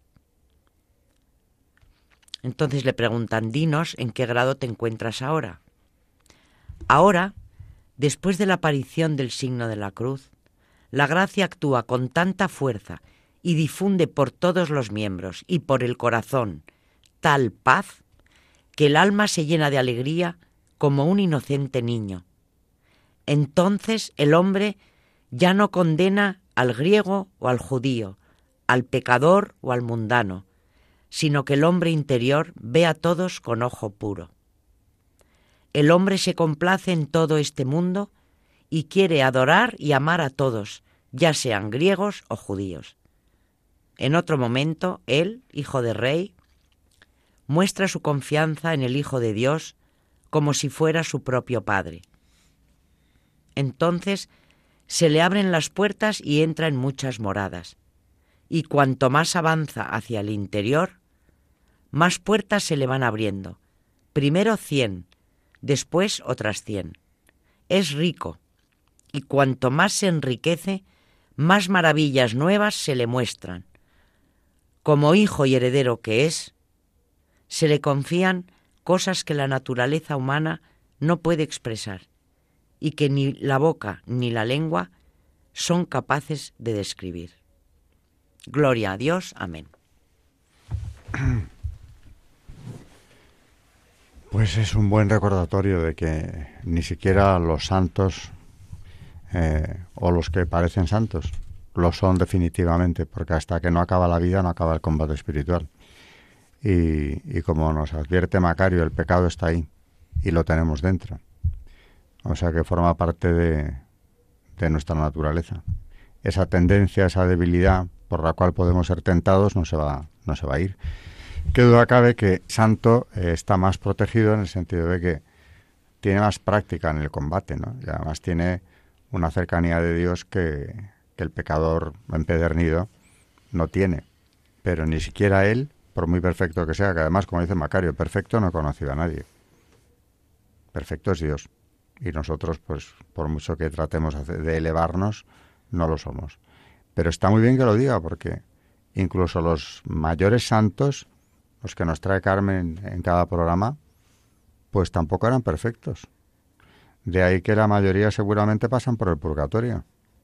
Entonces le preguntan, dinos en qué grado te encuentras ahora. Ahora, después de la aparición del signo de la cruz, la gracia actúa con tanta fuerza y difunde por todos los miembros y por el corazón tal paz que el alma se llena de alegría como un inocente niño. Entonces el hombre ya no condena al griego o al judío, al pecador o al mundano, sino que el hombre interior ve a todos con ojo puro. El hombre se complace en todo este mundo y quiere adorar y amar a todos, ya sean griegos o judíos. En otro momento, él, hijo de rey, muestra su confianza en el Hijo de Dios como si fuera su propio Padre. Entonces se le abren las puertas y entra en muchas moradas, y cuanto más avanza hacia el interior, más puertas se le van abriendo, primero 100, después otras 100. Es rico, y cuanto más se enriquece, más maravillas nuevas se le muestran. Como hijo y heredero que es, se le confían cosas que la naturaleza humana no puede expresar y que ni la boca ni la lengua son capaces de describir. Gloria a Dios. Amén. Pues es un buen recordatorio de que ni siquiera los santos o los que parecen santos lo son definitivamente, porque hasta que no acaba la vida no acaba el combate espiritual. Y como nos advierte Macario, el pecado está ahí y lo tenemos dentro. O sea que forma parte de nuestra naturaleza. Esa tendencia, esa debilidad por la cual podemos ser tentados no se va a ir. Qué duda cabe que santo está más protegido en el sentido de que tiene más práctica en el combate, ¿no? Y además tiene una cercanía de Dios que el pecador empedernido no tiene. Pero ni siquiera él, por muy perfecto que sea, que además, como dice Macario, perfecto no he conocido a nadie. Perfecto es Dios. Y nosotros, pues, por mucho que tratemos de elevarnos, no lo somos. Pero está muy bien que lo diga, porque incluso los mayores santos, los que nos trae Carmen en cada programa, pues tampoco eran perfectos. De ahí que la mayoría seguramente pasan por el purgatorio.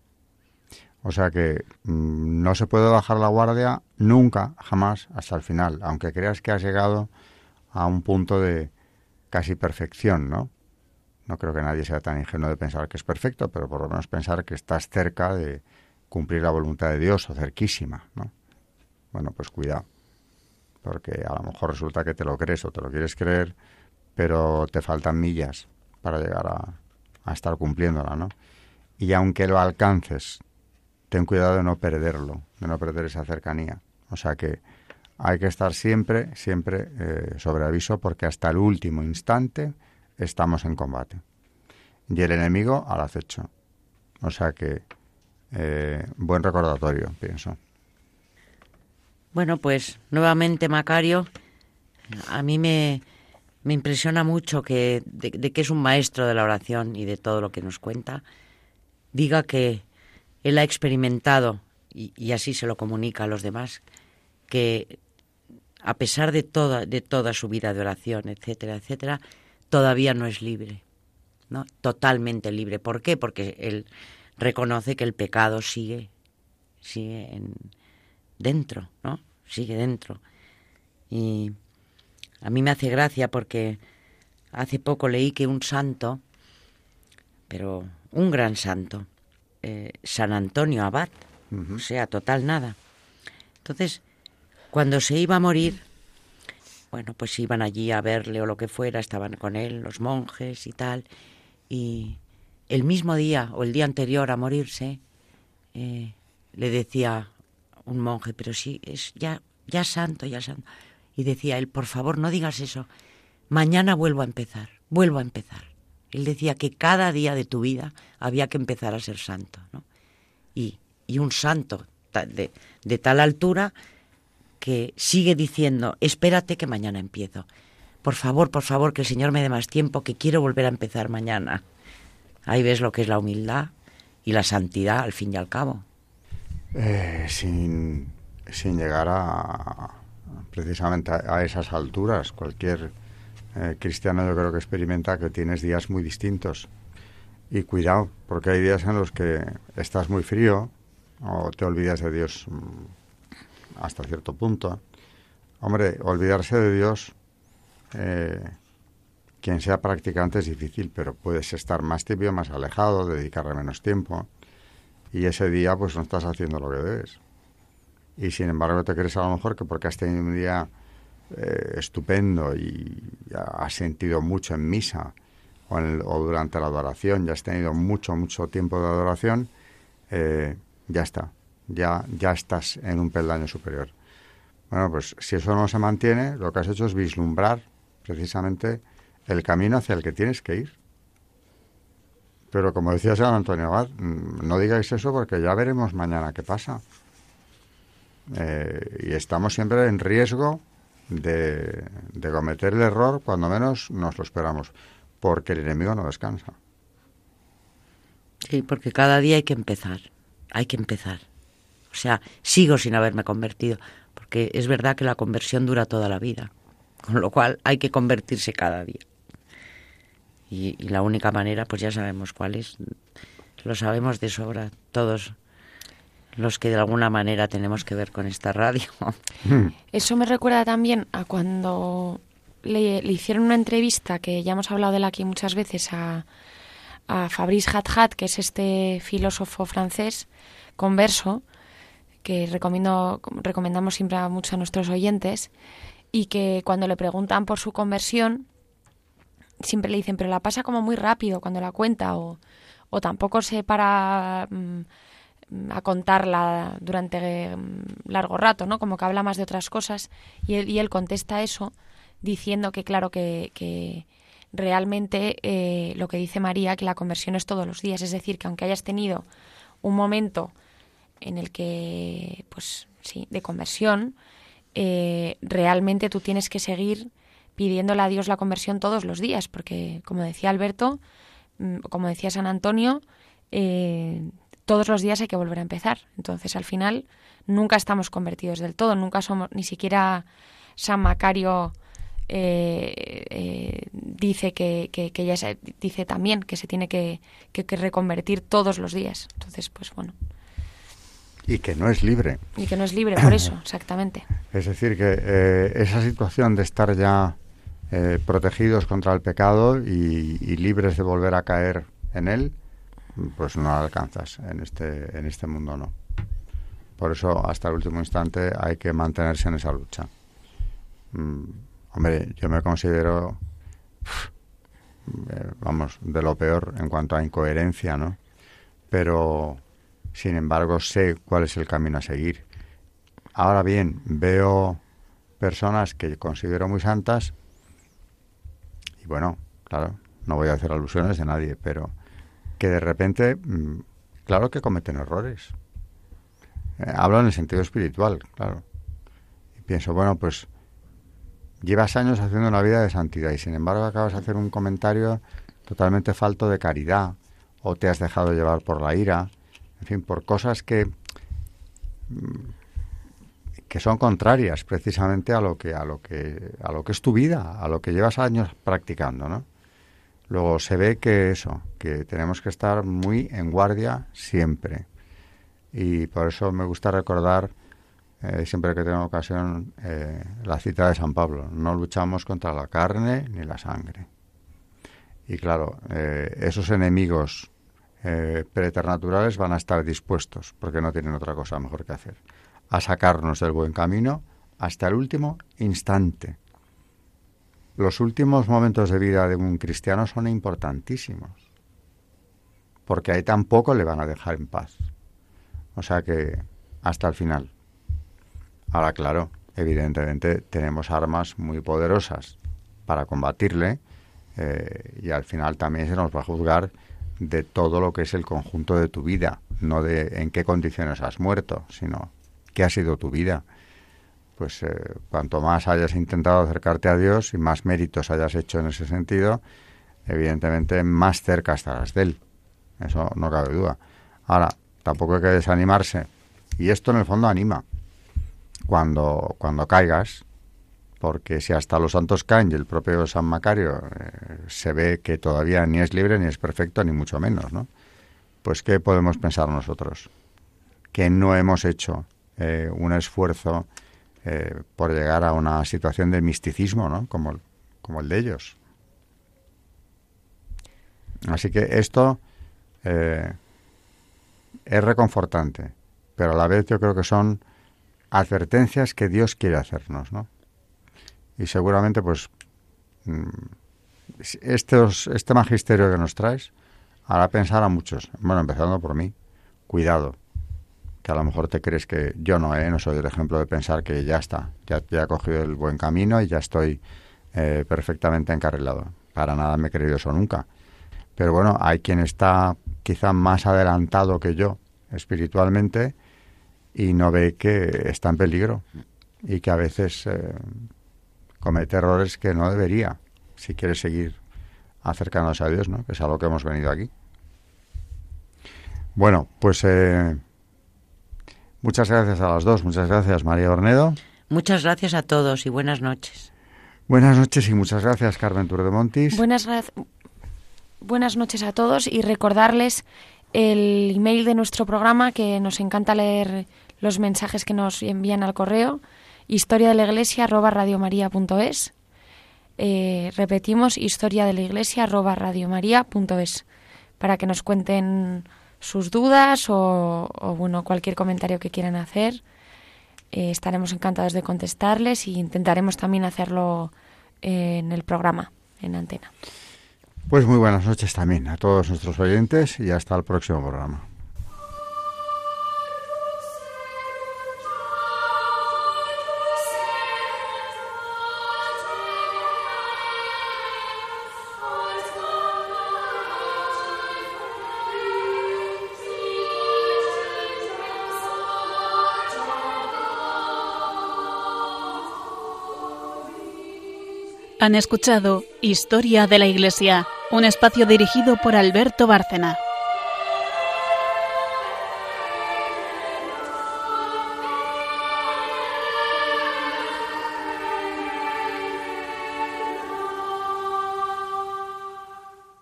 O sea que no se puede bajar la guardia nunca, jamás, hasta el final, aunque creas que has llegado a un punto de casi perfección, ¿no? No creo que nadie sea tan ingenuo de pensar que es perfecto, pero por lo menos pensar que estás cerca de cumplir la voluntad de Dios, o cerquísima, ¿no? Bueno, pues cuidado, porque a lo mejor resulta que te lo crees o te lo quieres creer, pero te faltan millas para llegar a estar cumpliéndola, ¿no? Y aunque lo alcances, ten cuidado de no perderlo, de no perder esa cercanía. O sea que hay que estar siempre sobre aviso, porque hasta el último instante estamos en combate. Y el enemigo al acecho. O sea que buen recordatorio, pienso. Bueno, pues nuevamente, Macario, a mí me impresiona mucho de que es un maestro de la oración y de todo lo que nos cuenta. diga que él ha experimentado, y así se lo comunica a los demás, que a pesar de toda su vida de oración, etcétera, etcétera, todavía no es libre, ¿no? Totalmente libre. ¿Por qué? Porque él reconoce que el pecado sigue dentro, ¿no? Sigue dentro. Y a mí me hace gracia porque hace poco leí que un santo, pero un gran santo, San Antonio Abad, o sea, total nada. Entonces, cuando se iba a morir, bueno, pues iban allí a verle o lo que fuera, estaban con él los monjes y tal, y el mismo día o el día anterior a morirse, le decía un monje, pero sí, es ya santo, ya santo. Y decía él, por favor, no digas eso, mañana vuelvo a empezar. Él decía que cada día de tu vida había que empezar a ser santo, ¿no? Y un santo de tal altura que sigue diciendo, espérate que mañana empiezo. Por favor, que el Señor me dé más tiempo, que quiero volver a empezar mañana. Ahí ves lo que es la humildad y la santidad, al fin y al cabo. Sin llegar precisamente a esas alturas, cualquier cristiano yo creo que experimenta que tienes días muy distintos. Y cuidado, porque hay días en los que estás muy frío o te olvidas de Dios hasta cierto punto. Hombre, olvidarse de Dios, quien sea practicante es difícil, pero puedes estar más tibio, más alejado, dedicarle menos tiempo, y ese día pues no estás haciendo lo que debes. Y sin embargo te crees a lo mejor que porque has tenido un día estupendo y has sentido mucho en misa o durante la adoración, ya has tenido mucho tiempo de adoración, ya está. Ya estás en un peldaño superior. Bueno, pues si eso no se mantiene, lo que has hecho es vislumbrar precisamente el camino hacia el que tienes que ir. Pero como decía San Antonio Abad, no digáis eso porque ya veremos mañana qué pasa. Y estamos siempre en riesgo de cometer el error cuando menos nos lo esperamos, porque el enemigo no descansa. Sí, porque cada día hay que empezar. O sea, sigo sin haberme convertido, porque es verdad que la conversión dura toda la vida, con lo cual hay que convertirse cada día. Y la única manera, pues ya sabemos cuál es, lo sabemos de sobra todos los que de alguna manera tenemos que ver con esta radio. Eso me recuerda también a cuando le hicieron una entrevista, que ya hemos hablado de él aquí muchas veces, a Fabrice Hadhad, que es este filósofo francés converso, que recomendamos siempre mucho a nuestros oyentes, y que cuando le preguntan por su conversión, siempre le dicen, pero la pasa como muy rápido cuando la cuenta, o tampoco se para a contarla durante largo rato, ¿no? Como que habla más de otras cosas, y él contesta eso diciendo que claro que realmente lo que dice María, que la conversión es todos los días, es decir, que aunque hayas tenido un momento en el que, pues sí, de conversión, realmente tú tienes que seguir pidiéndole a Dios la conversión todos los días, porque como decía Alberto, como decía San Antonio, todos los días hay que volver a empezar. Entonces, al final, nunca estamos convertidos del todo, nunca somos, ni siquiera San Macario dice dice también que se tiene que reconvertir todos los días. Entonces, pues bueno. Y que no es libre. Y que no es libre, por eso, exactamente. Es decir, que esa situación de estar ya protegidos contra el pecado y libres de volver a caer en él, pues no la alcanzas en este mundo, no. Por eso, hasta el último instante, hay que mantenerse en esa lucha. Hombre, yo me considero, de lo peor en cuanto a incoherencia, ¿no? Pero, sin embargo, sé cuál es el camino a seguir. Ahora bien, veo personas que considero muy santas y, bueno, claro, no voy a hacer alusiones de nadie, pero que de repente, claro que cometen errores. Hablo en el sentido espiritual, claro. Y pienso, bueno, pues llevas años haciendo una vida de santidad y sin embargo acabas de hacer un comentario totalmente falto de caridad o te has dejado llevar por la ira, en fin, por cosas que son contrarias precisamente a lo que es tu vida, a lo que llevas años practicando, ¿no? Luego se ve que tenemos que estar muy en guardia siempre. Y por eso me gusta recordar, siempre que tengo ocasión, la cita de San Pablo: no luchamos contra la carne ni la sangre. Y claro, esos enemigos preternaturales van a estar dispuestos, porque no tienen otra cosa mejor que hacer, a sacarnos del buen camino hasta el último instante. Los últimos momentos de vida de un cristiano son importantísimos, porque ahí tampoco le van a dejar en paz. O sea que hasta el final. Ahora, claro, evidentemente tenemos armas muy poderosas para combatirle, y al final también se nos va a juzgar de todo lo que es el conjunto de tu vida, no de en qué condiciones has muerto, sino qué ha sido tu vida. Pues cuanto más hayas intentado acercarte a Dios y más méritos hayas hecho en ese sentido, evidentemente más cerca estarás de Él. Eso no cabe duda. Ahora, tampoco hay que desanimarse. Y esto en el fondo anima. Cuando caigas, porque si hasta los santos caen y el propio San Macario se ve que todavía ni es libre, ni es perfecto, ni mucho menos, ¿no? Pues ¿qué podemos pensar nosotros? Que no hemos hecho un esfuerzo por llegar a una situación de misticismo, ¿no? Como el de ellos. Así que esto es reconfortante, pero a la vez yo creo que son advertencias que Dios quiere hacernos, ¿no? Y seguramente, pues, este magisterio que nos traes hará pensar a muchos, bueno, empezando por mí. Cuidado, que a lo mejor te crees que yo no soy el ejemplo de pensar que ya está, ya he cogido el buen camino y ya estoy perfectamente encarrilado. Para nada me he creído eso nunca. Pero bueno, hay quien está quizá más adelantado que yo espiritualmente y no ve que está en peligro y que a veces comete errores que no debería, si quiere seguir acercándose a Dios, ¿no? Que es a lo que hemos venido aquí. Bueno, pues muchas gracias a las dos. Muchas gracias, María Ornedo. Muchas gracias a todos y buenas noches. Buenas noches y muchas gracias, Carmen Turdemontis. Buenas noches a todos y recordarles el email de nuestro programa, que nos encanta leer los mensajes que nos envían al correo: historiadeliglesia@radiomaria.es. Repetimos, historiadeliglesia@radiomaria.es, para que nos cuenten sus dudas o bueno, cualquier comentario que quieran hacer. Estaremos encantados de contestarles y intentaremos también hacerlo en el programa, en antena. Pues muy buenas noches también a todos nuestros oyentes y hasta el próximo programa. Han escuchado Historia de la Iglesia, un espacio dirigido por Alberto Bárcena.